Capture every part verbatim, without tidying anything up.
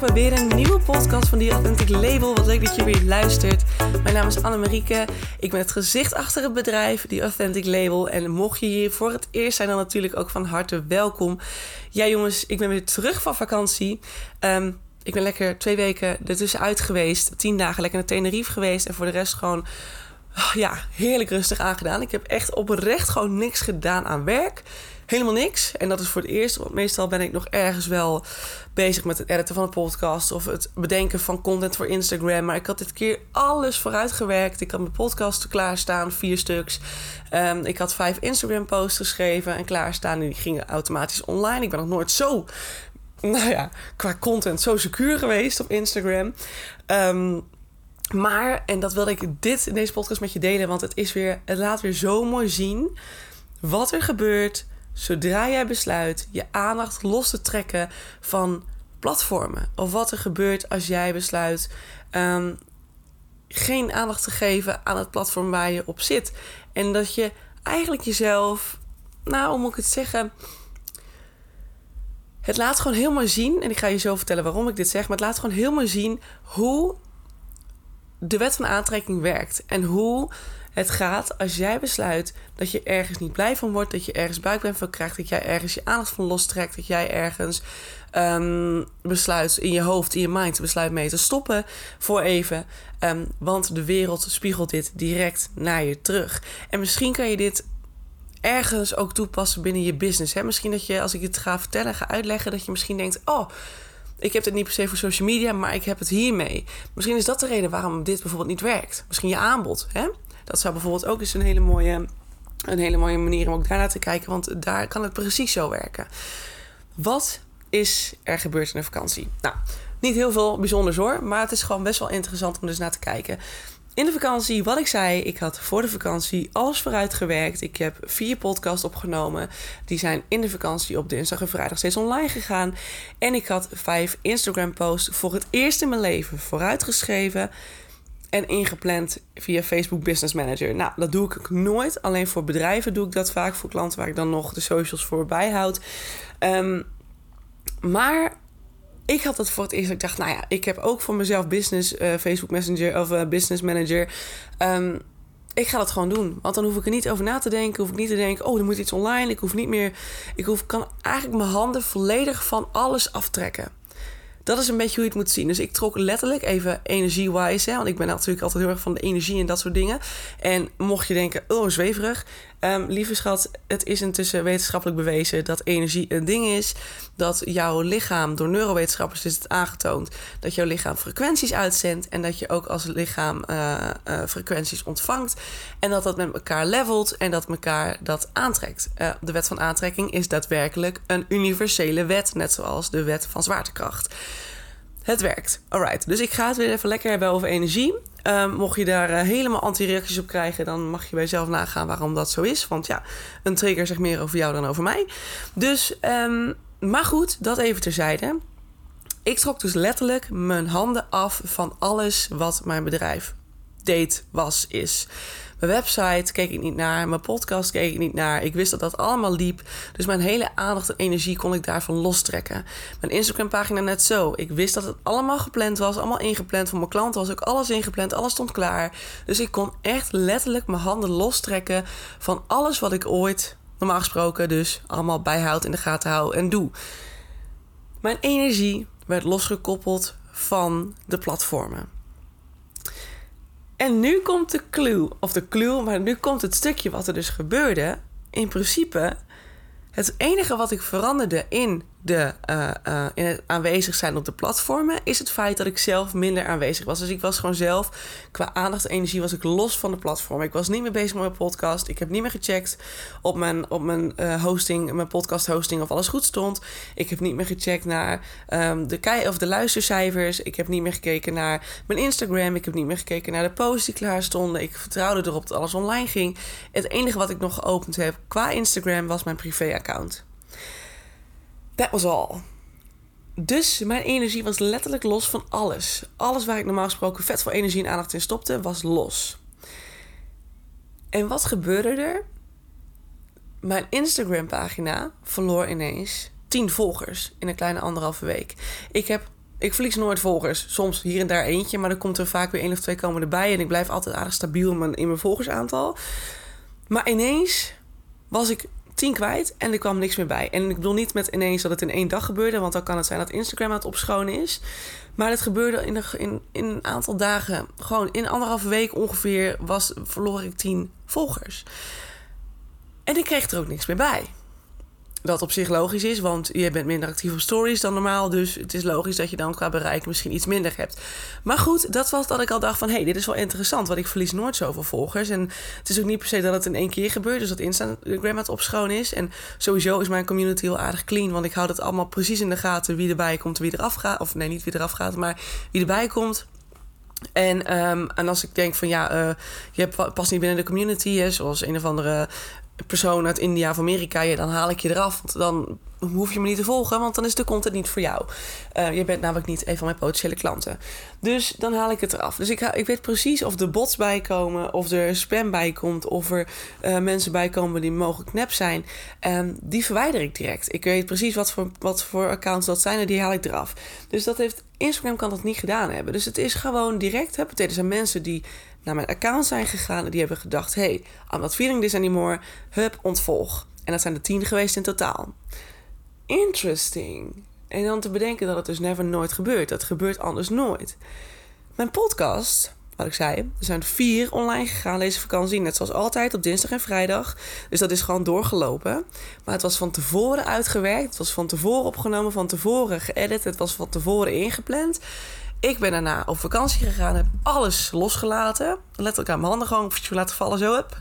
bij weer een nieuwe podcast van The Authentic Label. Wat leuk dat je weer luistert. Mijn naam is Annemarieke. Ik ben het gezicht achter het bedrijf, The Authentic Label. En mocht je hier voor het eerst zijn, dan natuurlijk ook van harte welkom. Ja jongens, ik ben weer terug van vakantie. Um, ik ben lekker twee weken ertussenuit geweest. Tien dagen lekker naar Tenerife geweest. En voor de rest gewoon, oh ja, heerlijk rustig aangedaan. Ik heb echt oprecht gewoon niks gedaan aan werk. Helemaal niks. En dat is voor het eerst. Want meestal ben ik nog ergens wel bezig met het editen van een podcast of het bedenken van content voor Instagram. Maar ik had dit keer alles vooruitgewerkt. Ik had mijn podcast klaarstaan, vier stuks. Um, ik had vijf Instagram posts geschreven en klaarstaan. En die gingen automatisch online. Ik ben nog nooit zo, nou ja, qua content zo secuur geweest op Instagram. Um, maar, en dat wilde ik dit in deze podcast met je delen. Want het is weer, het laat weer zo mooi zien wat er gebeurt zodra jij besluit je aandacht los te trekken van platformen. Of wat er gebeurt als jij besluit um, geen aandacht te geven aan het platform waar je op zit. En dat je eigenlijk jezelf, nou hoe moet ik het zeggen, het laat gewoon helemaal zien. En ik ga je zo vertellen waarom ik dit zeg. Maar het laat gewoon helemaal zien hoe de wet van aantrekking werkt. En hoe het gaat als jij besluit dat je ergens niet blij van wordt, dat je ergens buikpijn van krijgt, dat jij ergens je aandacht van lostrekt, dat jij ergens um, besluit in je hoofd, in je mind, besluit mee te stoppen voor even. Um, want de wereld spiegelt dit direct naar je terug. En misschien kan je dit ergens ook toepassen binnen je business. Hè? Misschien dat je, als ik het ga vertellen, ga uitleggen, dat je misschien denkt, oh, ik heb het niet per se voor social media, maar ik heb het hiermee. Misschien is dat de reden waarom dit bijvoorbeeld niet werkt. Misschien je aanbod, hè? Dat zou bijvoorbeeld ook eens een hele mooie, een hele mooie manier om ook daarnaar te kijken. Want daar kan het precies zo werken. Wat is er gebeurd in de vakantie? Nou, niet heel veel bijzonders hoor. Maar het is gewoon best wel interessant om dus naar te kijken. In de vakantie, wat ik zei, ik had voor de vakantie alles vooruit gewerkt. Ik heb vier podcasts opgenomen. Die zijn in de vakantie op dinsdag en vrijdag steeds online gegaan. En ik had vijf Instagram posts voor het eerst in mijn leven vooruitgeschreven en ingepland via Facebook Business Manager. Nou, dat doe ik ook nooit. Alleen voor bedrijven doe ik dat vaak. Voor klanten waar ik dan nog de socials voor bijhoud. Um, maar ik had dat voor het eerst. Ik dacht, nou ja, ik heb ook voor mezelf business uh, Facebook Messenger of uh, Business Manager. Um, ik ga dat gewoon doen. Want dan hoef ik er niet over na te denken. Hoef ik niet te denken, oh, er moet iets online. Ik hoef niet meer. Ik hoef, kan eigenlijk mijn handen volledig van alles aftrekken. Dat is een beetje hoe je het moet zien. Dus ik trok letterlijk even energie-wise. Hè, want ik ben natuurlijk altijd heel erg van de energie en dat soort dingen. En mocht je denken, oh, zweverig. Um, lieve schat, het is intussen wetenschappelijk bewezen dat energie een ding is. Dat jouw lichaam, door neurowetenschappers is het aangetoond, dat jouw lichaam frequenties uitzendt. En dat je ook als lichaam uh, uh, frequenties ontvangt. En dat dat met elkaar levelt en dat elkaar dat aantrekt. Uh, de wet van aantrekking is daadwerkelijk een universele wet. Net zoals de wet van zwaartekracht. Het werkt. Alright. Dus ik ga het weer even lekker hebben over energie. Um, mocht je daar uh, helemaal anti-reacties op krijgen, dan mag je bij jezelf nagaan waarom dat zo is. Want ja, een trigger zegt meer over jou dan over mij. Dus, um, maar goed, dat even terzijde. Ik trok dus letterlijk mijn handen af van alles wat mijn bedrijf deed, was, is. Mijn website keek ik niet naar. Mijn podcast keek ik niet naar. Ik wist dat dat allemaal liep. Dus mijn hele aandacht en energie kon ik daarvan lostrekken. Mijn Instagram pagina net zo. Ik wist dat het allemaal gepland was. Allemaal ingepland. Voor mijn klanten was ook alles ingepland. Alles stond klaar. Dus ik kon echt letterlijk mijn handen lostrekken van alles wat ik ooit, normaal gesproken dus, allemaal bijhoud, in de gaten hou en doe. Mijn energie werd losgekoppeld van de platformen. En nu komt de clue, of de clue, maar nu komt het stukje wat er dus gebeurde. In principe, het enige wat ik veranderde in, de, uh, uh, in het aanwezig zijn op de platformen is het feit dat ik zelf minder aanwezig was. Dus ik was gewoon zelf, qua aandacht en energie, was ik los van de platform. Ik was niet meer bezig met mijn podcast. Ik heb niet meer gecheckt op mijn, op mijn uh, hosting, mijn podcast hosting of alles goed stond. Ik heb niet meer gecheckt naar um, de, kei- of de luistercijfers. Ik heb niet meer gekeken naar mijn Instagram. Ik heb niet meer gekeken naar de posts die klaar stonden. Ik vertrouwde erop dat alles online ging. Het enige wat ik nog geopend heb qua Instagram was mijn privéaccount. That was all. Dus mijn energie was letterlijk los van alles. Alles waar ik normaal gesproken vet veel energie en aandacht in stopte, was los. En wat gebeurde er? Mijn Instagram-pagina verloor ineens tien volgers in een kleine anderhalve week. Ik heb Ik verlies nooit volgers. Soms hier en daar eentje, maar er komt er vaak weer één of twee komen erbij. En ik blijf altijd aardig stabiel in mijn, in mijn volgersaantal. Maar ineens was ik tien kwijt en er kwam niks meer bij. En ik bedoel niet met ineens dat het in één dag gebeurde, want dan kan het zijn dat Instagram aan het opschonen is. Maar het gebeurde in, de, in, in een aantal dagen. Gewoon in anderhalve week ongeveer was, verloor ik tien volgers. En ik kreeg er ook niks meer bij. Dat op zich logisch is, want je bent minder actief op stories dan normaal. Dus het is logisch dat je dan qua bereik misschien iets minder hebt. Maar goed, dat was dat ik al dacht van... hé, hey, dit is wel interessant, want ik verlies nooit zoveel volgers. En het is ook niet per se dat het in één keer gebeurt. Dus dat Instagram aan het opschonen is. En sowieso is mijn community heel aardig clean. Want ik hou het allemaal precies in de gaten wie erbij komt, wie eraf gaat. Of nee, niet wie eraf gaat, maar wie erbij komt. En, um, en als ik denk van ja, uh, je past niet binnen de community, hè, zoals een of andere persoon uit India of Amerika, ja, dan haal ik je eraf. Want dan hoef je me niet te volgen, want dan is de content niet voor jou. Uh, je bent namelijk niet een van mijn potentiële klanten. Dus dan haal ik het eraf. Dus ik, ik weet precies of er bots bij komen, of er spam bij komt, of er uh, mensen bij komen die mogelijk nep zijn. Um, die verwijder ik direct. Ik weet precies wat voor, wat voor accounts dat zijn en die haal ik eraf. Dus dat heeft Instagram kan dat niet gedaan hebben. Dus het is gewoon direct. Hè, er zijn mensen die naar mijn account zijn gegaan en die hebben gedacht, hey, I'm not feeling this anymore. Hup, ontvolg. En dat zijn er tien geweest in totaal. Interesting. En dan te bedenken dat het dus never nooit gebeurt. Dat gebeurt anders nooit. Mijn podcast, wat ik zei, er zijn vier online gegaan deze vakantie. Net zoals altijd op dinsdag en vrijdag. Dus dat is gewoon doorgelopen. Maar het was van tevoren uitgewerkt. Het was van tevoren opgenomen, van tevoren geëdit. Het was van tevoren ingepland. Ik ben daarna op vakantie gegaan, heb alles losgelaten. Letterlijk aan mijn handen gewoon laten vallen, zo op.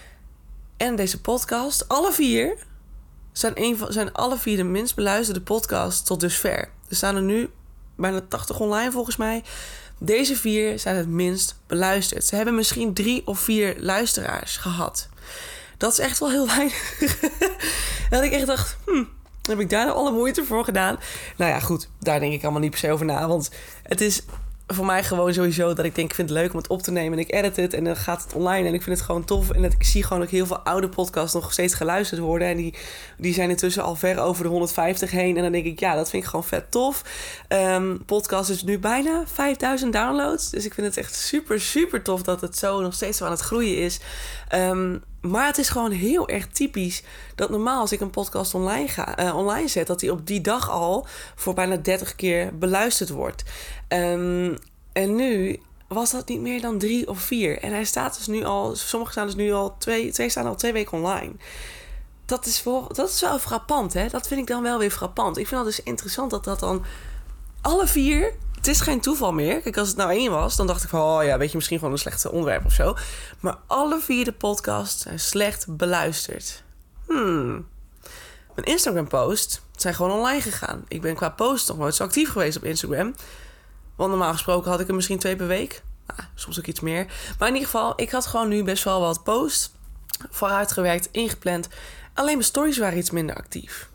En deze podcast, alle vier, zijn, een van, zijn alle vier de minst beluisterde podcasts tot dusver. Er staan er nu bijna tachtig online volgens mij. Deze vier zijn het minst beluisterd. Ze hebben misschien drie of vier luisteraars gehad. Dat is echt wel heel weinig. Dat ik echt dacht, hm, heb ik daar nou alle moeite voor gedaan? Nou ja, goed, daar denk ik allemaal niet per se over na. Want het is voor mij gewoon sowieso dat ik denk, ik vind het leuk om het op te nemen. En ik edit het en dan gaat het online. En ik vind het gewoon tof. En dat ik zie gewoon ook heel veel oude podcasts nog steeds geluisterd worden. En die, die zijn intussen al ver over de honderdvijftig heen. En dan denk ik, ja, dat vind ik gewoon vet tof. Um, podcast is nu bijna vijfduizend downloads. Dus ik vind het echt super, super tof dat het zo nog steeds zo aan het groeien is. Um, maar het is gewoon heel erg typisch dat normaal als ik een podcast online, ga, uh, online zet, dat die op die dag al voor bijna dertig keer beluisterd wordt. Um, en nu was dat niet meer dan drie of vier. En hij staat dus nu al, sommige staan dus nu al twee, twee staan al twee weken online. Dat is, wel, dat is wel frappant, hè? Dat vind ik dan wel weer frappant. Ik vind het dus interessant dat dat dan alle vier... Het is geen toeval meer. Kijk, als het nou één was, dan dacht ik van, oh ja, weet je, misschien gewoon een slechte onderwerp of zo. Maar alle vier de podcasts zijn slecht beluisterd. Hmm. Mijn Instagram-posts zijn gewoon online gegaan. Ik ben qua post nog nooit zo actief geweest op Instagram. Want normaal gesproken had ik er misschien twee per week. Nou, soms ook iets meer. Maar in ieder geval, ik had gewoon nu best wel wat posts vooruitgewerkt, ingepland. Alleen mijn stories waren iets minder actief.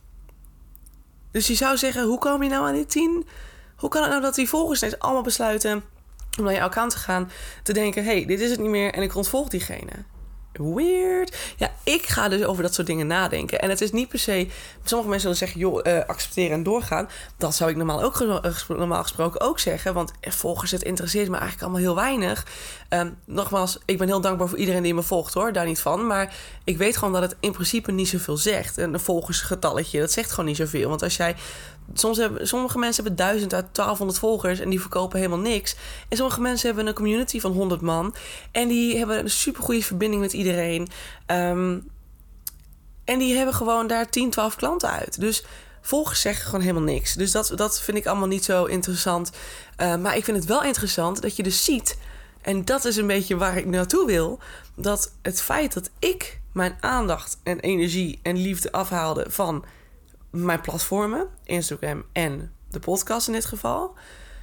Dus je zou zeggen, hoe kom je nou aan die tien? Hoe kan het nou dat die volgers steeds allemaal besluiten om naar je account te gaan, te denken, hey, dit is het niet meer en ik ontvolg diegene? Weird. Ja, ik ga dus over dat soort dingen nadenken. En het is niet per se... Sommige mensen zullen zeggen, joh, uh, accepteren en doorgaan. Dat zou ik normaal, ook, normaal gesproken ook zeggen. Want volgers, het interesseert me eigenlijk allemaal heel weinig. Um, nogmaals, ik ben heel dankbaar voor iedereen die me volgt, hoor. Daar niet van. Maar ik weet gewoon dat het in principe niet zoveel zegt. Een volgersgetalletje, dat zegt gewoon niet zoveel. Want als jij... Soms hebben, sommige mensen hebben duizend uit twaalfhonderd volgers en die verkopen helemaal niks. En sommige mensen hebben een community van honderd man en die hebben een supergoeie verbinding met iedereen. Um, en die hebben gewoon daar tien, twaalf klanten uit. Dus volgers zeggen gewoon helemaal niks. Dus dat, dat vind ik allemaal niet zo interessant. Uh, maar ik vind het wel interessant dat je dus ziet, en dat is een beetje waar ik naartoe wil, dat het feit dat ik mijn aandacht en energie en liefde afhaalde van mijn platformen, Instagram en de podcast in dit geval,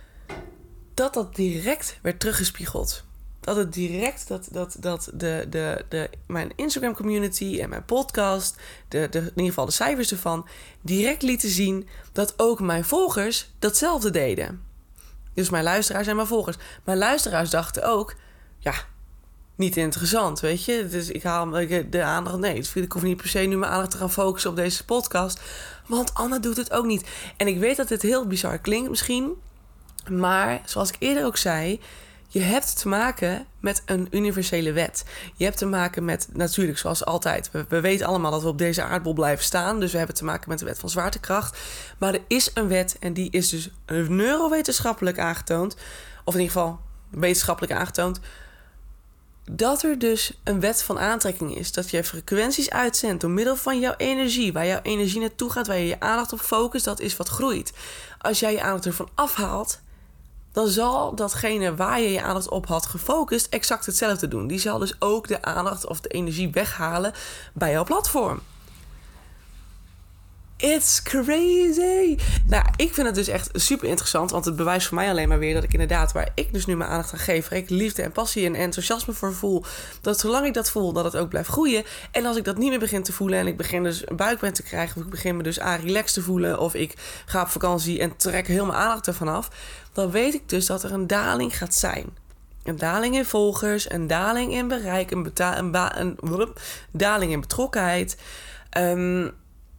dat dat direct werd teruggespiegeld. Dat het direct, dat, dat, dat de, de, de, mijn Instagram community en mijn podcast, de, de, in ieder geval de cijfers ervan, direct lieten zien dat ook mijn volgers datzelfde deden. Dus mijn luisteraars en mijn volgers. Mijn luisteraars dachten ook, ja, niet interessant, weet je. Dus ik haal de aandacht... Nee, ik hoef niet per se nu mijn aandacht te gaan focussen op deze podcast. Want Anna doet het ook niet. En ik weet dat dit heel bizar klinkt misschien. Maar zoals ik eerder ook zei, je hebt te maken met een universele wet. Je hebt te maken met, natuurlijk zoals altijd, we, we weten allemaal dat we op deze aardbol blijven staan. Dus we hebben te maken met de wet van zwaartekracht. Maar er is een wet en die is dus neurowetenschappelijk aangetoond. Of in ieder geval wetenschappelijk aangetoond. Dat er dus een wet van aantrekking is. Dat je frequenties uitzendt door middel van jouw energie. Waar jouw energie naartoe gaat, waar je je aandacht op focust, dat is wat groeit. Als jij je aandacht ervan afhaalt, dan zal datgene waar je je aandacht op had gefocust exact hetzelfde doen. Die zal dus ook de aandacht of de energie weghalen bij jouw platform. It's crazy. Nou, ik vind het dus echt super interessant, want het bewijst voor mij alleen maar weer dat ik inderdaad, waar ik dus nu mijn aandacht aan geef, waar ik liefde en passie en enthousiasme voor voel, dat zolang ik dat voel, dat het ook blijft groeien. En als ik dat niet meer begin te voelen en ik begin dus een buikpijn te krijgen, of ik begin me dus aan relaxed te voelen, of ik ga op vakantie en trek heel mijn aandacht ervan af, dan weet ik dus dat er een daling gaat zijn. Een daling in volgers, een daling in bereik, een, beta- een, ba- een wup, daling in betrokkenheid. Um,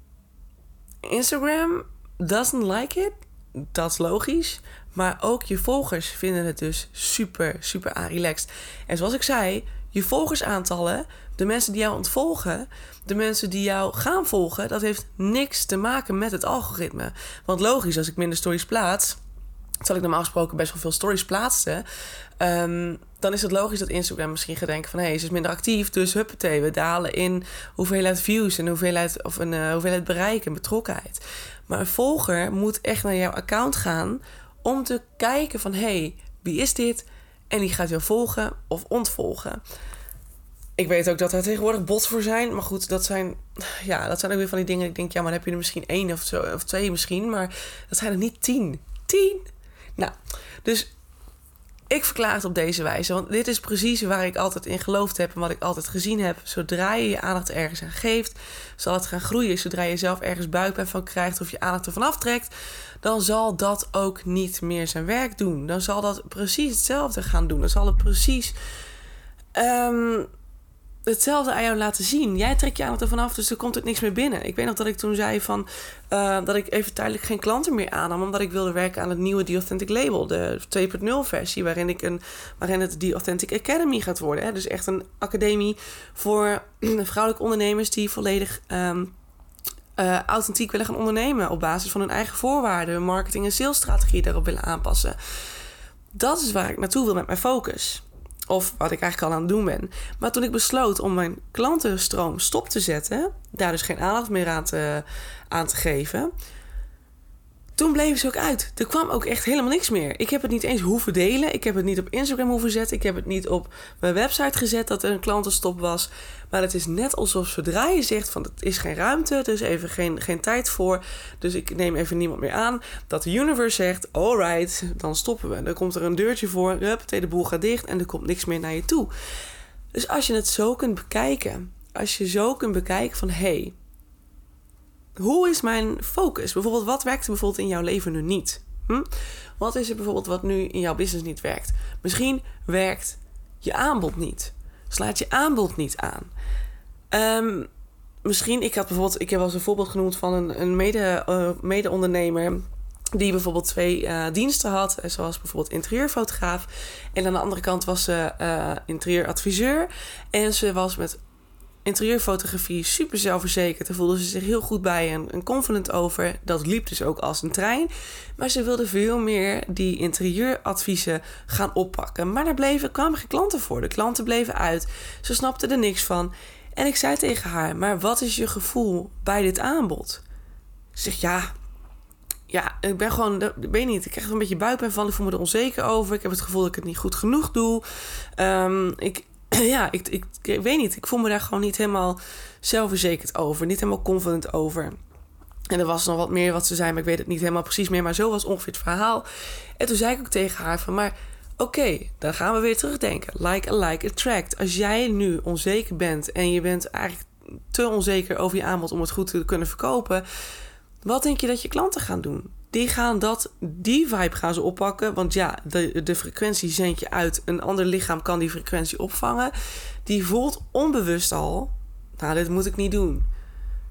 Instagram doesn't like it. Dat is logisch. Maar ook je volgers vinden het dus super, super relaxed. En zoals ik zei, je volgersaantallen, de mensen die jou ontvolgen, de mensen die jou gaan volgen, dat heeft niks te maken met het algoritme. Want logisch, als ik minder stories plaats, terwijl ik normaal gesproken best wel veel stories plaatste, Um, dan is het logisch dat Instagram misschien gaat denken van hé, hey, ze is minder actief, dus huppatee, we dalen in hoeveelheid views en hoeveelheid, of een uh, hoeveelheid bereik en betrokkenheid. Maar een volger moet echt naar jouw account gaan om te kijken van hé, hey, wie is dit? En die gaat jou volgen of ontvolgen. Ik weet ook dat er tegenwoordig bots voor zijn. Maar goed, dat zijn, ja, dat zijn ook weer van die dingen. Ik denk, ja, maar dan heb je er misschien één of, zo, of twee misschien. Maar dat zijn er niet tien. Tien? Nou, dus ik verklaar het op deze wijze. Want dit is precies waar ik altijd in geloofd heb en wat ik altijd gezien heb. Zodra je je aandacht ergens aan geeft, zal het gaan groeien. Zodra je zelf ergens buikpijn van krijgt of je aandacht ervan aftrekt, dan zal dat ook niet meer zijn werk doen. Dan zal dat precies hetzelfde gaan doen. Dan zal het precies Um, hetzelfde aan jou laten zien. Jij trekt je aandacht ervan af, dus er komt ook niks meer binnen. Ik weet nog dat ik toen zei van uh, dat ik even tijdelijk geen klanten meer aannam, omdat ik wilde werken aan het nieuwe The Authentic Label, de twee punt nul versie, waarin ik een, waarin het The Authentic Academy gaat worden. Hè? Dus echt een academie voor vrouwelijke ondernemers die volledig um, uh, authentiek willen gaan ondernemen op basis van hun eigen voorwaarden, hun marketing- en salesstrategie daarop willen aanpassen. Dat is waar ik naartoe wil met mijn focus. Of wat ik eigenlijk al aan het doen ben. Maar toen ik besloot om mijn klantenstroom stop te zetten, daar dus geen aandacht meer aan te, aan te geven, toen bleven ze ook uit. Er kwam ook echt helemaal niks meer. Ik heb het niet eens hoeven delen. Ik heb het niet op Instagram hoeven zetten. Ik heb het niet op mijn website gezet dat er een klantenstop was. Maar het is net alsof zodra je zegt van het is geen ruimte, er is even geen, geen tijd voor, dus ik neem even niemand meer aan, dat de universe zegt, alright, dan stoppen we. Dan komt er een deurtje voor, huppatee, de boel gaat dicht en er komt niks meer naar je toe. Dus als je het zo kunt bekijken, als je zo kunt bekijken van hé, hey, hoe is mijn focus? Bijvoorbeeld, wat werkt er bijvoorbeeld in jouw leven nu niet? Hm? Wat is er bijvoorbeeld wat nu in jouw business niet werkt? Misschien werkt je aanbod niet. Slaat je aanbod niet aan. Um, misschien, ik had bijvoorbeeld, ik heb wel eens een voorbeeld genoemd van een, een mede, uh, mede-ondernemer die bijvoorbeeld twee uh, diensten had, zoals bijvoorbeeld interieurfotograaf. En aan de andere kant was ze uh, interieuradviseur. En ze was met interieurfotografie super zelfverzekerd. Daar voelde ze zich heel goed bij en, en confident over. Dat liep dus ook als een trein. Maar ze wilde veel meer die interieuradviezen gaan oppakken. Maar daar bleven, kwamen geen klanten voor. De klanten bleven uit. Ze snapte er niks van. En ik zei tegen haar, maar wat is je gevoel bij dit aanbod? Ze zegt, ja, ja, ik ben gewoon, ik weet niet, ik krijg er een beetje buikpijn van. Ik voel me er onzeker over. Ik heb het gevoel dat ik het niet goed genoeg doe. Um, ik... Ja, ik, ik, ik weet niet. Ik voel me daar gewoon niet helemaal zelfverzekerd over. Niet helemaal confident over. En er was nog wat meer wat ze zei, maar ik weet het niet helemaal precies meer. Maar zo was ongeveer het verhaal. En toen zei ik ook tegen haar van, maar oké, okay, dan gaan we weer terugdenken. Like a like attract. Als jij nu onzeker bent en je bent eigenlijk te onzeker over je aanbod om het goed te kunnen verkopen, wat denk je dat je klanten gaan doen? Die gaan dat, die vibe gaan ze oppakken. Want ja, de, de frequentie zend je uit. Een ander lichaam kan die frequentie opvangen. Die voelt onbewust al, nou, dit moet ik niet doen.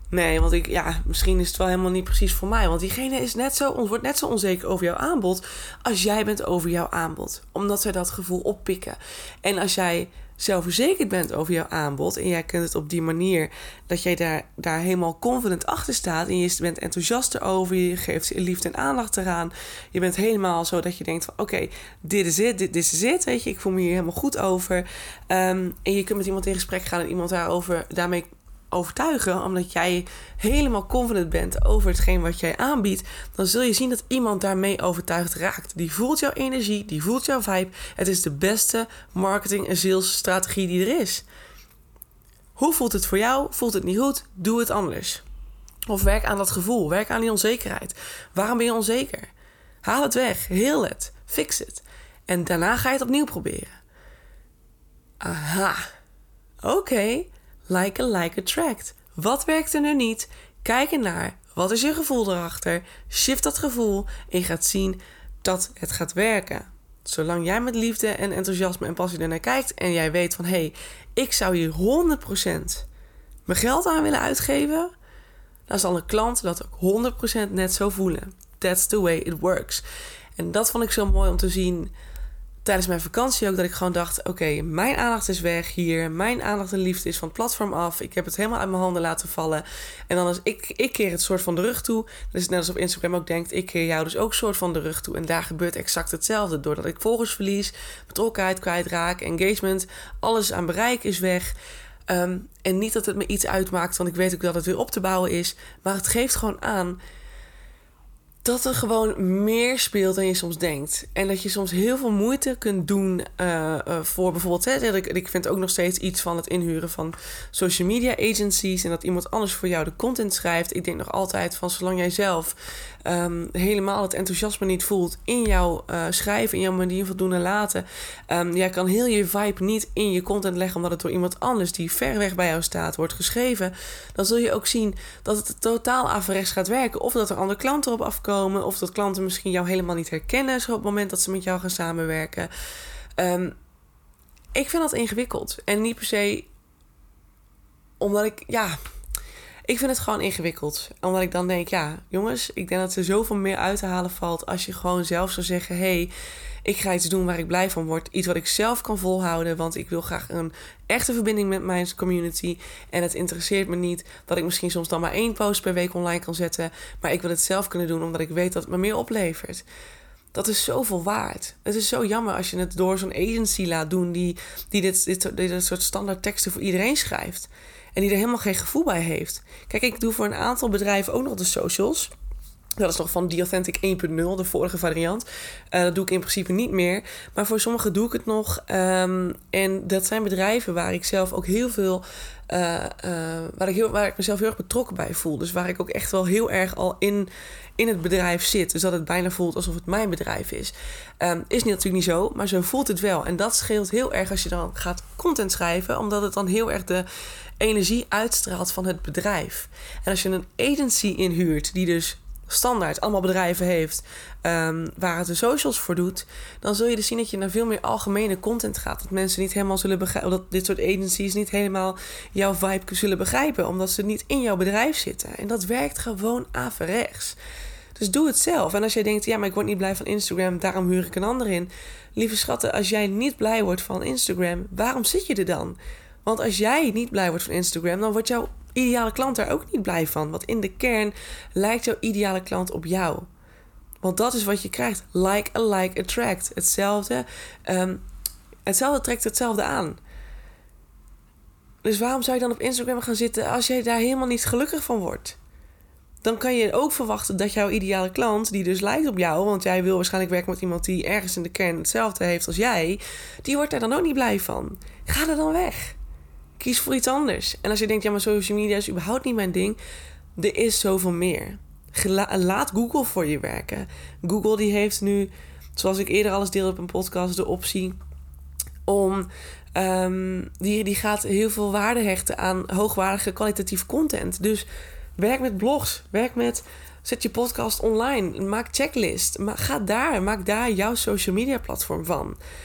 Nee, want ik, ja, misschien is het wel helemaal niet precies voor mij. Want diegene is net zo, wordt net zo onzeker over jouw aanbod als jij bent over jouw aanbod. Omdat zij dat gevoel oppikken. En als jij zelfverzekerd bent over jouw aanbod en jij kunt het op die manier dat jij daar, daar helemaal confident achter staat en je bent enthousiast erover, je geeft liefde en aandacht eraan, je bent helemaal zo dat je denkt van oké, okay, dit is het, dit, dit is het, weet je, ik voel me hier helemaal goed over. Um, en je kunt met iemand in gesprek gaan en iemand daarover, daarmee overtuigen, omdat jij helemaal confident bent over hetgeen wat jij aanbiedt, dan zul je zien dat iemand daarmee overtuigd raakt. Die voelt jouw energie, die voelt jouw vibe. Het is de beste marketing- en salesstrategie die er is. Hoe voelt het voor jou? Voelt het niet goed? Doe het anders. Of werk aan dat gevoel, werk aan die onzekerheid. Waarom ben je onzeker? Haal het weg, heel het, fix het. En daarna ga je het opnieuw proberen. Aha, oké. Okay. Like a like attract. Wat werkt er nu niet? Kijk ernaar. Wat is je gevoel erachter? Shift dat gevoel en je gaat zien dat het gaat werken. Zolang jij met liefde en enthousiasme en passie ernaar kijkt en jij weet van hé, hey, ik zou hier honderd procent mijn geld aan willen uitgeven, dan zal een klant dat ook honderd procent net zo voelen. That's the way it works. En dat vond ik zo mooi om te zien tijdens mijn vakantie ook, dat ik gewoon dacht, oké, okay, mijn aandacht is weg hier. Mijn aandacht en liefde is van het platform af. Ik heb het helemaal uit mijn handen laten vallen. En dan is ik, ik keer het soort van de rug toe. Dus net als op Instagram ook denkt, ik keer jou dus ook soort van de rug toe. En daar gebeurt exact hetzelfde. Doordat ik volgers verlies, betrokkenheid kwijtraak, engagement, alles aan bereik is weg. Um, en niet dat het me iets uitmaakt, want ik weet ook dat het weer op te bouwen is. Maar het geeft gewoon aan dat er gewoon meer speelt dan je soms denkt. En dat je soms heel veel moeite kunt doen uh, uh, voor bijvoorbeeld... Hè, ik, ik vind ook nog steeds iets van het inhuren van social media agencies en dat iemand anders voor jou de content schrijft. Ik denk nog altijd van zolang jij zelf um, helemaal het enthousiasme niet voelt in jouw uh, schrijven, in jouw manier van doen en laten. Um, jij kan heel je vibe niet in je content leggen omdat het door iemand anders die ver weg bij jou staat wordt geschreven. Dan zul je ook zien dat het totaal averechts gaat werken. Of dat er andere klanten op afkomen. Of dat klanten misschien jou helemaal niet herkennen zo op het moment dat ze met jou gaan samenwerken. Um, ik vind dat ingewikkeld. En niet per se omdat ik, ja, ik vind het gewoon ingewikkeld. Omdat ik dan denk, ja, jongens, ik denk dat er zoveel meer uit te halen valt als je gewoon zelf zou zeggen, hey, ik ga iets doen waar ik blij van word. Iets wat ik zelf kan volhouden. Want ik wil graag een echte verbinding met mijn community. En het interesseert me niet dat ik misschien soms dan maar één post per week online kan zetten. Maar ik wil het zelf kunnen doen omdat ik weet dat het me meer oplevert. Dat is zoveel waard. Het is zo jammer als je het door zo'n agency laat doen die, die dit, dit, dit soort standaard teksten voor iedereen schrijft. En die er helemaal geen gevoel bij heeft. Kijk, ik doe voor een aantal bedrijven ook nog de socials. Dat is nog van The Authentic één punt nul, de vorige variant. Uh, dat doe ik in principe niet meer. Maar voor sommigen doe ik het nog. Um, en dat zijn bedrijven waar ik zelf ook heel veel... Uh, uh, waar, ik heel, waar ik mezelf heel erg betrokken bij voel. Dus waar ik ook echt wel heel erg al in, in het bedrijf zit. Dus dat het bijna voelt alsof het mijn bedrijf is. Um, is natuurlijk niet zo, maar zo voelt het wel. En dat scheelt heel erg als je dan gaat content schrijven. Omdat het dan heel erg de energie uitstraalt van het bedrijf. En als je een agency inhuurt die dus standaard allemaal bedrijven heeft, um, waar het de socials voor doet, dan zul je dus zien dat je naar veel meer algemene content gaat. Dat mensen niet helemaal zullen begrijpen, dat dit soort agencies niet helemaal jouw vibe zullen begrijpen, omdat ze niet in jouw bedrijf zitten. En dat werkt gewoon averechts. Dus doe het zelf. En als jij denkt, ja, maar ik word niet blij van Instagram, daarom huur ik een ander in. Lieve schatten, als jij niet blij wordt van Instagram, waarom zit je er dan? Want als jij niet blij wordt van Instagram, dan wordt jouw ideale klant daar ook niet blij van. Want in de kern lijkt jouw ideale klant op jou. Want dat is wat je krijgt. Like a like attract. Hetzelfde. Um, hetzelfde trekt hetzelfde aan. Dus waarom zou je dan op Instagram gaan zitten als jij daar helemaal niet gelukkig van wordt? Dan kan je ook verwachten dat jouw ideale klant, die dus lijkt op jou, want jij wil waarschijnlijk werken met iemand die ergens in de kern hetzelfde heeft als jij, die wordt daar dan ook niet blij van. Ga er dan weg. Kies voor iets anders. En als je denkt, ja, maar social media is überhaupt niet mijn ding, er is zoveel meer. Gela- laat Google voor je werken. Google die heeft nu, zoals ik eerder alles deelde op een podcast, de optie om Um, die, die gaat heel veel waarde hechten aan hoogwaardige kwalitatieve content. Dus werk met blogs, werk met, zet je podcast online, maak checklist, maar ga daar, maak daar jouw social media platform van.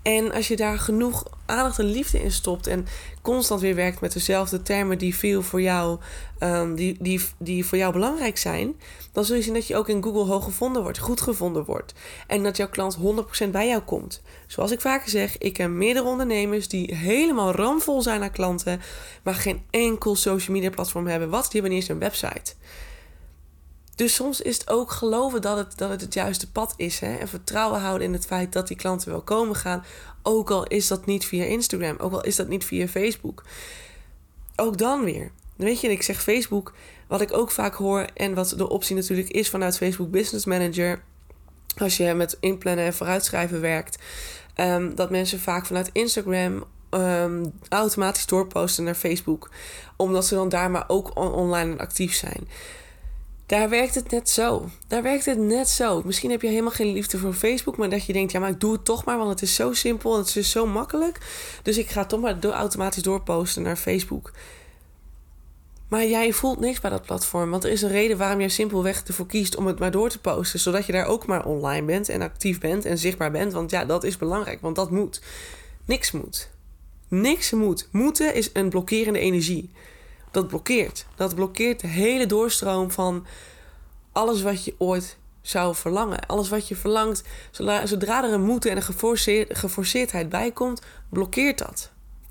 En als je daar genoeg aandacht en liefde in stopt en constant weer werkt met dezelfde termen die veel voor jou, um, die, die, die voor jou belangrijk zijn, dan zul je zien dat je ook in Google hoog gevonden wordt, goed gevonden wordt. En dat jouw klant honderd procent bij jou komt. Zoals ik vaker zeg, ik ken meerdere ondernemers die helemaal ramvol zijn aan klanten, maar geen enkel social media platform hebben. Wat? Die hebben niet eens een website. Dus soms is het ook geloven dat het, dat het het juiste pad is. Hè? En vertrouwen houden in het feit dat die klanten wel komen gaan. Ook al is dat niet via Instagram. Ook al is dat niet via Facebook. Ook dan weer. Weet je, ik zeg Facebook. Wat ik ook vaak hoor. En wat de optie natuurlijk is vanuit Facebook Business Manager. Als je met inplannen en vooruitschrijven werkt. Um, dat mensen vaak vanuit Instagram um, automatisch doorposten naar Facebook. Omdat ze dan daar maar ook on- online en actief zijn. Daar werkt het net zo. Daar werkt het net zo. Misschien heb je helemaal geen liefde voor Facebook, maar dat je denkt, ja, maar ik doe het toch maar, want het is zo simpel en het is dus zo makkelijk. Dus ik ga toch maar do- automatisch doorposten naar Facebook. Maar jij voelt niks bij dat platform, want er is een reden waarom jij simpelweg ervoor kiest om het maar door te posten, zodat je daar ook maar online bent en actief bent en zichtbaar bent. Want ja, dat is belangrijk, want dat moet. Niks moet. Niks moet. Moeten is een blokkerende energie. Dat blokkeert. Dat blokkeert de hele doorstroom van alles wat je ooit zou verlangen. Alles wat je verlangt, zodra, zodra er een moeten en een geforceerd, geforceerdheid bij komt, blokkeert dat.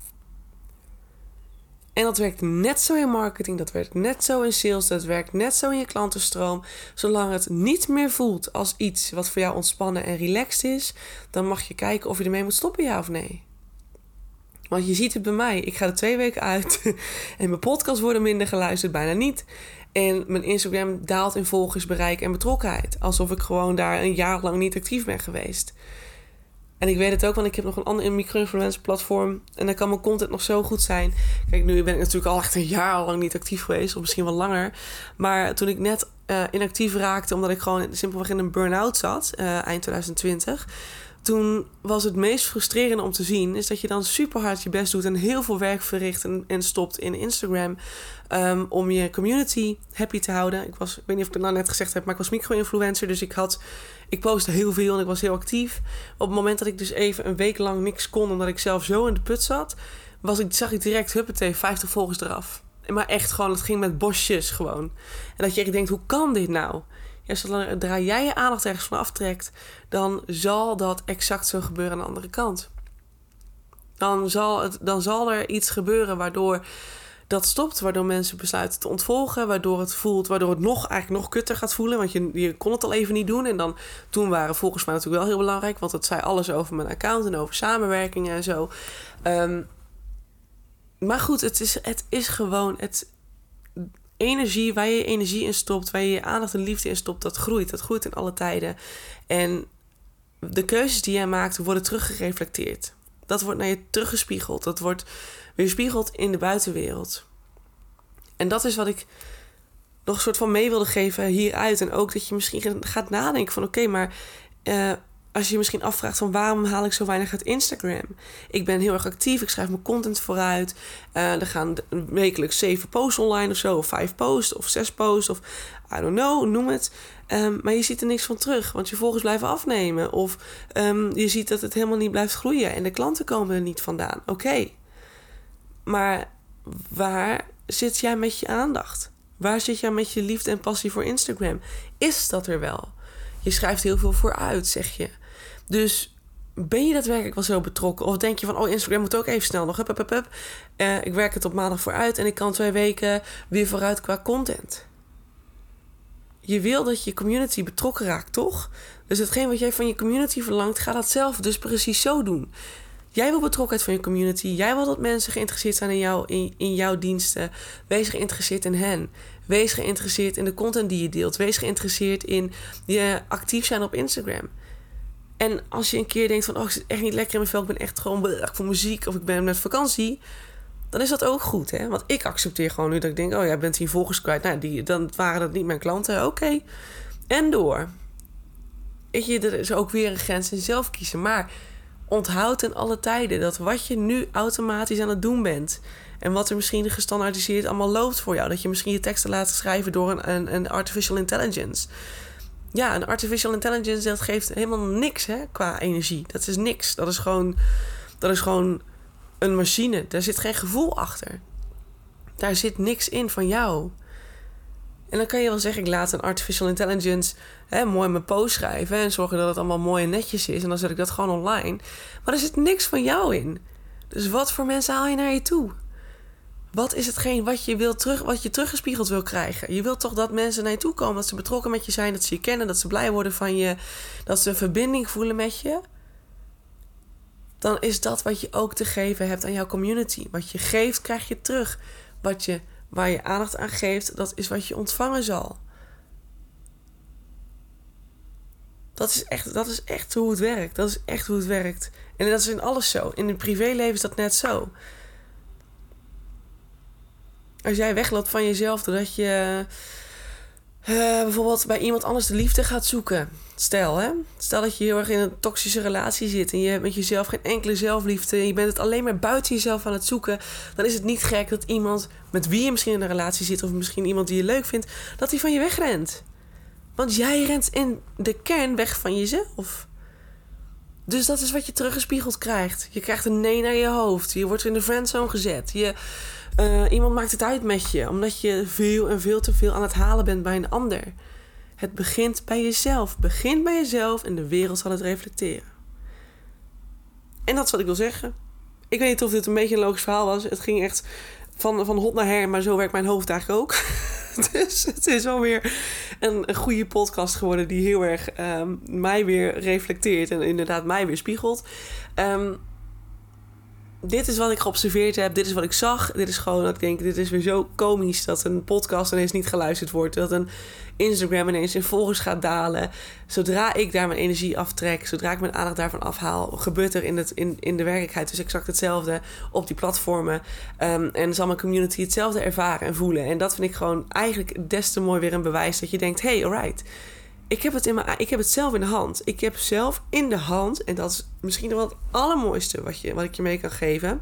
En dat werkt net zo in marketing, dat werkt net zo in sales, dat werkt net zo in je klantenstroom. Zolang het niet meer voelt als iets wat voor jou ontspannen en relaxed is, dan mag je kijken of je ermee moet stoppen, ja of nee. Want je ziet het bij mij. Ik ga er twee weken uit. En mijn podcasts worden minder geluisterd, bijna niet. En mijn Instagram daalt in volgers, bereik en betrokkenheid. Alsof ik gewoon daar een jaar lang niet actief ben geweest. En ik weet het ook, want ik heb nog een ander micro-influencer platform. En dan kan mijn content nog zo goed zijn. Kijk, nu ben ik natuurlijk al echt een jaar lang niet actief geweest. Of misschien wel langer. Maar toen ik net uh, inactief raakte, omdat ik gewoon simpelweg in een burn-out zat. Uh, eind twintig twintig. Toen was het meest frustrerende om te zien, is dat je dan super hard je best doet en heel veel werk verricht en, en stopt in Instagram um, om je community happy te houden. Ik was, ik weet niet of ik het nou net gezegd heb, maar ik was micro-influencer, dus ik had, ik postte heel veel en ik was heel actief. Op het moment dat ik dus even een week lang niks kon, omdat ik zelf zo in de put zat, was ik, zag ik direct, huppatee, vijftig volgers eraf. Maar echt gewoon, het ging met bosjes gewoon. En dat je echt denkt, hoe kan dit nou? Ja, zodra jij je aandacht ergens van aftrekt, dan zal dat exact zo gebeuren aan de andere kant. Dan zal, het, dan zal er iets gebeuren waardoor dat stopt, waardoor mensen besluiten te ontvolgen, waardoor het voelt, waardoor het nog eigenlijk nog kutter gaat voelen, want je, je kon het al even niet doen. En dan, toen waren volgens mij natuurlijk wel heel belangrijk, want het zei alles over mijn account en over samenwerkingen en zo. Um, maar goed, het is, het is gewoon het energie, waar je je energie in stopt, waar je je aandacht en liefde in stopt, dat groeit. Dat groeit in alle tijden. En de keuzes die jij maakt, worden teruggereflecteerd. Dat wordt naar je teruggespiegeld. Dat wordt weerspiegeld in de buitenwereld. En dat is wat ik nog een soort van mee wilde geven hieruit. En ook dat je misschien gaat nadenken van oké, okay, maar Uh, als je je misschien afvraagt van waarom haal ik zo weinig uit Instagram? Ik ben heel erg actief, ik schrijf mijn content vooruit. Uh, er gaan wekelijks zeven posts online of zo, of vijf posts, of zes posts, of I don't know, noem het. Um, maar je ziet er niks van terug, want je volgers blijven afnemen. Of um, je ziet dat het helemaal niet blijft groeien en de klanten komen er niet vandaan. Oké, okay. Maar waar zit jij met je aandacht? Waar zit jij met je liefde en passie voor Instagram? Is dat er wel? Je schrijft heel veel vooruit, zeg je. Dus ben je daadwerkelijk wel zo betrokken? Of denk je van, oh, Instagram moet ook even snel nog. Hup, hup, hup, hup. Uh, ik werk het op maandag vooruit en ik kan twee weken weer vooruit qua content. Je wil dat je community betrokken raakt, toch? Dus hetgeen wat jij van je community verlangt, ga dat zelf dus precies zo doen. Jij wil betrokkenheid van je community. Jij wil dat mensen geïnteresseerd zijn in, jou, in, in jouw diensten. Wees geïnteresseerd in hen. Wees geïnteresseerd in de content die je deelt. Wees geïnteresseerd in je actief zijn op Instagram. En als je een keer denkt van, oh, ik zit echt niet lekker in mijn vel, ik ben echt gewoon bleh, voor muziek of ik ben met vakantie, dan is dat ook goed, hè? Want ik accepteer gewoon nu dat ik denk, oh, jij bent hier volgers kwijt. Nou, die, dan waren dat niet mijn klanten. Oké. Okay. En door. Weet je, er is ook weer een grens in zelf kiezen. Maar onthoud in alle tijden dat wat je nu automatisch aan het doen bent en wat er misschien gestandaardiseerd allemaal loopt voor jou, dat je misschien je teksten laat schrijven door een, een, een artificial intelligence. ja, een artificial intelligence, dat geeft helemaal niks, hè, qua energie. Dat is niks. Dat is gewoon, dat is gewoon een machine. Daar zit geen gevoel achter. Daar zit niks in van jou. En dan kan je wel zeggen, ik laat een artificial intelligence hè, mooi mijn post schrijven en zorgen dat het allemaal mooi en netjes is. En dan zet ik dat gewoon online. Maar er zit niks van jou in. Dus wat voor mensen haal je naar je toe? Wat is hetgeen wat je, wil terug, wat je teruggespiegeld wil krijgen? Je wilt toch dat mensen naar je toe komen, dat ze betrokken met je zijn, dat ze je kennen, dat ze blij worden van je, dat ze een verbinding voelen met je. Dan is dat wat je ook te geven hebt aan jouw community. Wat je geeft, krijg je terug. Wat je, waar je aandacht aan geeft, dat is wat je ontvangen zal. Dat is echt, dat is echt hoe het werkt. Dat is echt hoe het werkt. En dat is in alles zo. In het privéleven is dat net zo. Als jij wegloopt van jezelf doordat je uh, bijvoorbeeld bij iemand anders de liefde gaat zoeken. Stel, hè? Stel dat je heel erg in een toxische relatie zit en je hebt met jezelf geen enkele zelfliefde en je bent het alleen maar buiten jezelf aan het zoeken. Dan is het niet gek dat iemand met wie je misschien in een relatie zit of misschien iemand die je leuk vindt, dat die van je wegrent. Want jij rent in de kern weg van jezelf. Dus dat is wat je teruggespiegeld krijgt. Je krijgt een nee naar je hoofd. Je wordt in de friendzone gezet. Je, uh, iemand maakt het uit met je. Omdat je veel en veel te veel aan het halen bent bij een ander. Het begint bij jezelf. Begint bij jezelf en de wereld zal het reflecteren. En dat is wat ik wil zeggen. Ik weet niet of dit een beetje een logisch verhaal was. Het ging echt van, van hot naar her. Maar zo werkt mijn hoofd eigenlijk ook. Dus het is wel weer een, een goede podcast geworden die heel erg um, mij weer reflecteert en inderdaad mij weer spiegelt. Um, dit is wat ik geobserveerd heb, dit is wat ik zag. Dit is gewoon dat ik denk, dit is weer zo komisch dat een podcast ineens niet geluisterd wordt. Dat een Instagram ineens in volgers gaat dalen. Zodra ik daar mijn energie aftrek, zodra ik mijn aandacht daarvan afhaal, gebeurt er in, het, in, in de werkelijkheid dus exact hetzelfde op die platformen. Um, en zal mijn community hetzelfde ervaren en voelen. En dat vind ik gewoon eigenlijk des te mooi weer een bewijs dat je denkt, hey, alright. Ik heb, het in mijn, ik heb het zelf in de hand. Ik heb zelf in de hand. En dat is misschien wel het allermooiste wat, je, wat ik je mee kan geven.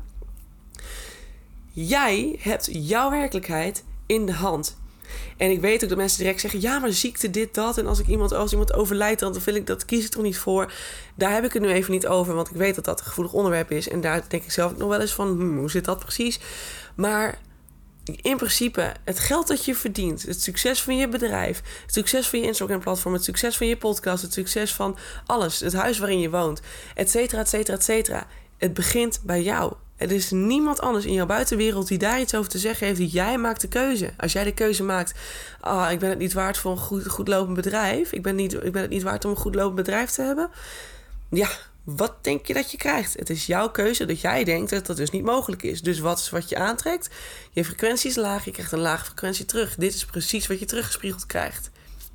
Jij hebt jouw werkelijkheid in de hand. En ik weet ook dat mensen direct zeggen, ja, maar ziekte, dit, dat. En als ik iemand, als iemand overlijdt, dan wil ik, dat kies ik toch niet voor. Daar heb ik het nu even niet over. Want ik weet dat dat een gevoelig onderwerp is. En daar denk ik zelf ook nog wel eens van, hmm, hoe zit dat precies? Maar in principe, het geld dat je verdient, het succes van je bedrijf, het succes van je Instagram-platform, het succes van je podcast, het succes van alles, het huis waarin je woont, et cetera, et cetera, et cetera. Het begint bij jou. Er is niemand anders in jouw buitenwereld die daar iets over te zeggen heeft. Jij maakt de keuze. Als jij de keuze maakt, ah, ik ben het niet waard voor een goed, goed lopend bedrijf. Ik ben, niet, ik ben het niet waard om een goed lopend bedrijf te hebben. Ja, wat denk je dat je krijgt? Het is jouw keuze dat jij denkt dat dat dus niet mogelijk is. Dus wat is wat je aantrekt? Je frequentie is laag, je krijgt een lage frequentie terug. Dit is precies wat je teruggespiegeld krijgt.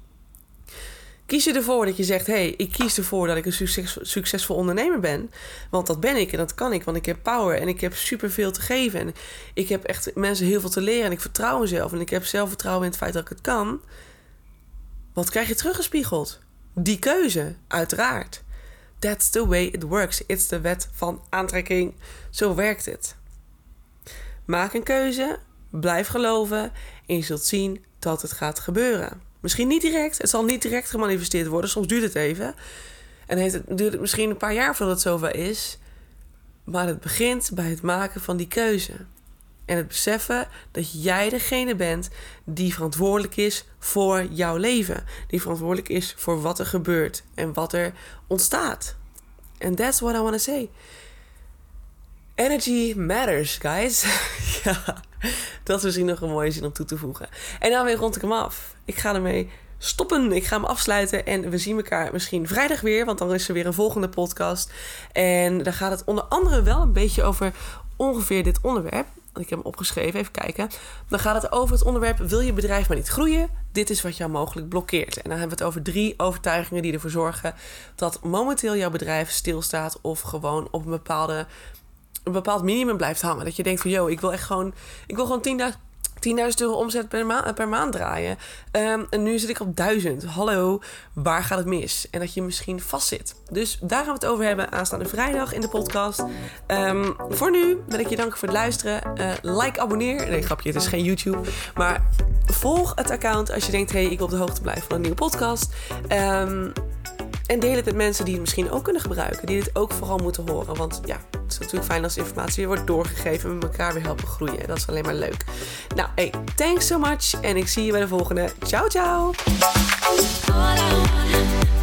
Kies je ervoor dat je zegt, hé, hey, ik kies ervoor dat ik een succes, succesvol ondernemer ben. Want dat ben ik en dat kan ik, want ik heb power en ik heb superveel te geven. En ik heb echt mensen heel veel te leren en ik vertrouw mezelf. En ik heb zelfvertrouwen in het feit dat ik het kan. Wat krijg je teruggespiegeld? Die keuze, uiteraard. That's the way it works. It's de wet van aantrekking. Zo werkt het. Maak een keuze, blijf geloven en je zult zien dat het gaat gebeuren. Misschien niet direct, het zal niet direct gemanifesteerd worden. Soms duurt het even. En heeft het, duurt het misschien een paar jaar voordat het zover is. Maar het begint bij het maken van die keuze. En het beseffen dat jij degene bent die verantwoordelijk is voor jouw leven. Die verantwoordelijk is voor wat er gebeurt en wat er ontstaat. And that's what I want to say. Energy matters, guys. Ja, dat is misschien nog een mooie zin om toe te voegen. En daarmee rond ik hem af. Ik ga ermee stoppen. Ik ga hem afsluiten. En we zien elkaar misschien vrijdag weer. Want dan is er weer een volgende podcast. En daar gaat het onder andere wel een beetje over ongeveer dit onderwerp. Ik heb hem opgeschreven, even kijken. Dan gaat het over het onderwerp, wil je bedrijf maar niet groeien? Dit is wat jou mogelijk blokkeert. En dan hebben we het over drie overtuigingen die ervoor zorgen dat momenteel jouw bedrijf stilstaat of gewoon op een bepaalde... een bepaald minimum blijft hangen. Dat je denkt van, yo, ik wil echt gewoon... ik wil gewoon tienduizend euro omzet per, ma- per maand draaien. Um, en nu zit ik op duizend. Hallo, waar gaat het mis? En dat je misschien vastzit. Dus daar gaan we het over hebben aanstaande vrijdag in de podcast. Um, voor nu wil ik je danken voor het luisteren. Uh, like, abonneer. Nee, grapje, het is geen YouTube. Maar volg het account als je denkt... hey, ik wil op de hoogte blijven van een nieuwe podcast. Um, en deel het met mensen die het misschien ook kunnen gebruiken. Die dit ook vooral moeten horen. Want ja, het is natuurlijk fijn als de informatie weer wordt doorgegeven... en we elkaar weer helpen groeien. Dat is alleen maar leuk. Nou, hey, thanks so much. En ik zie je bij de volgende. Ciao, ciao.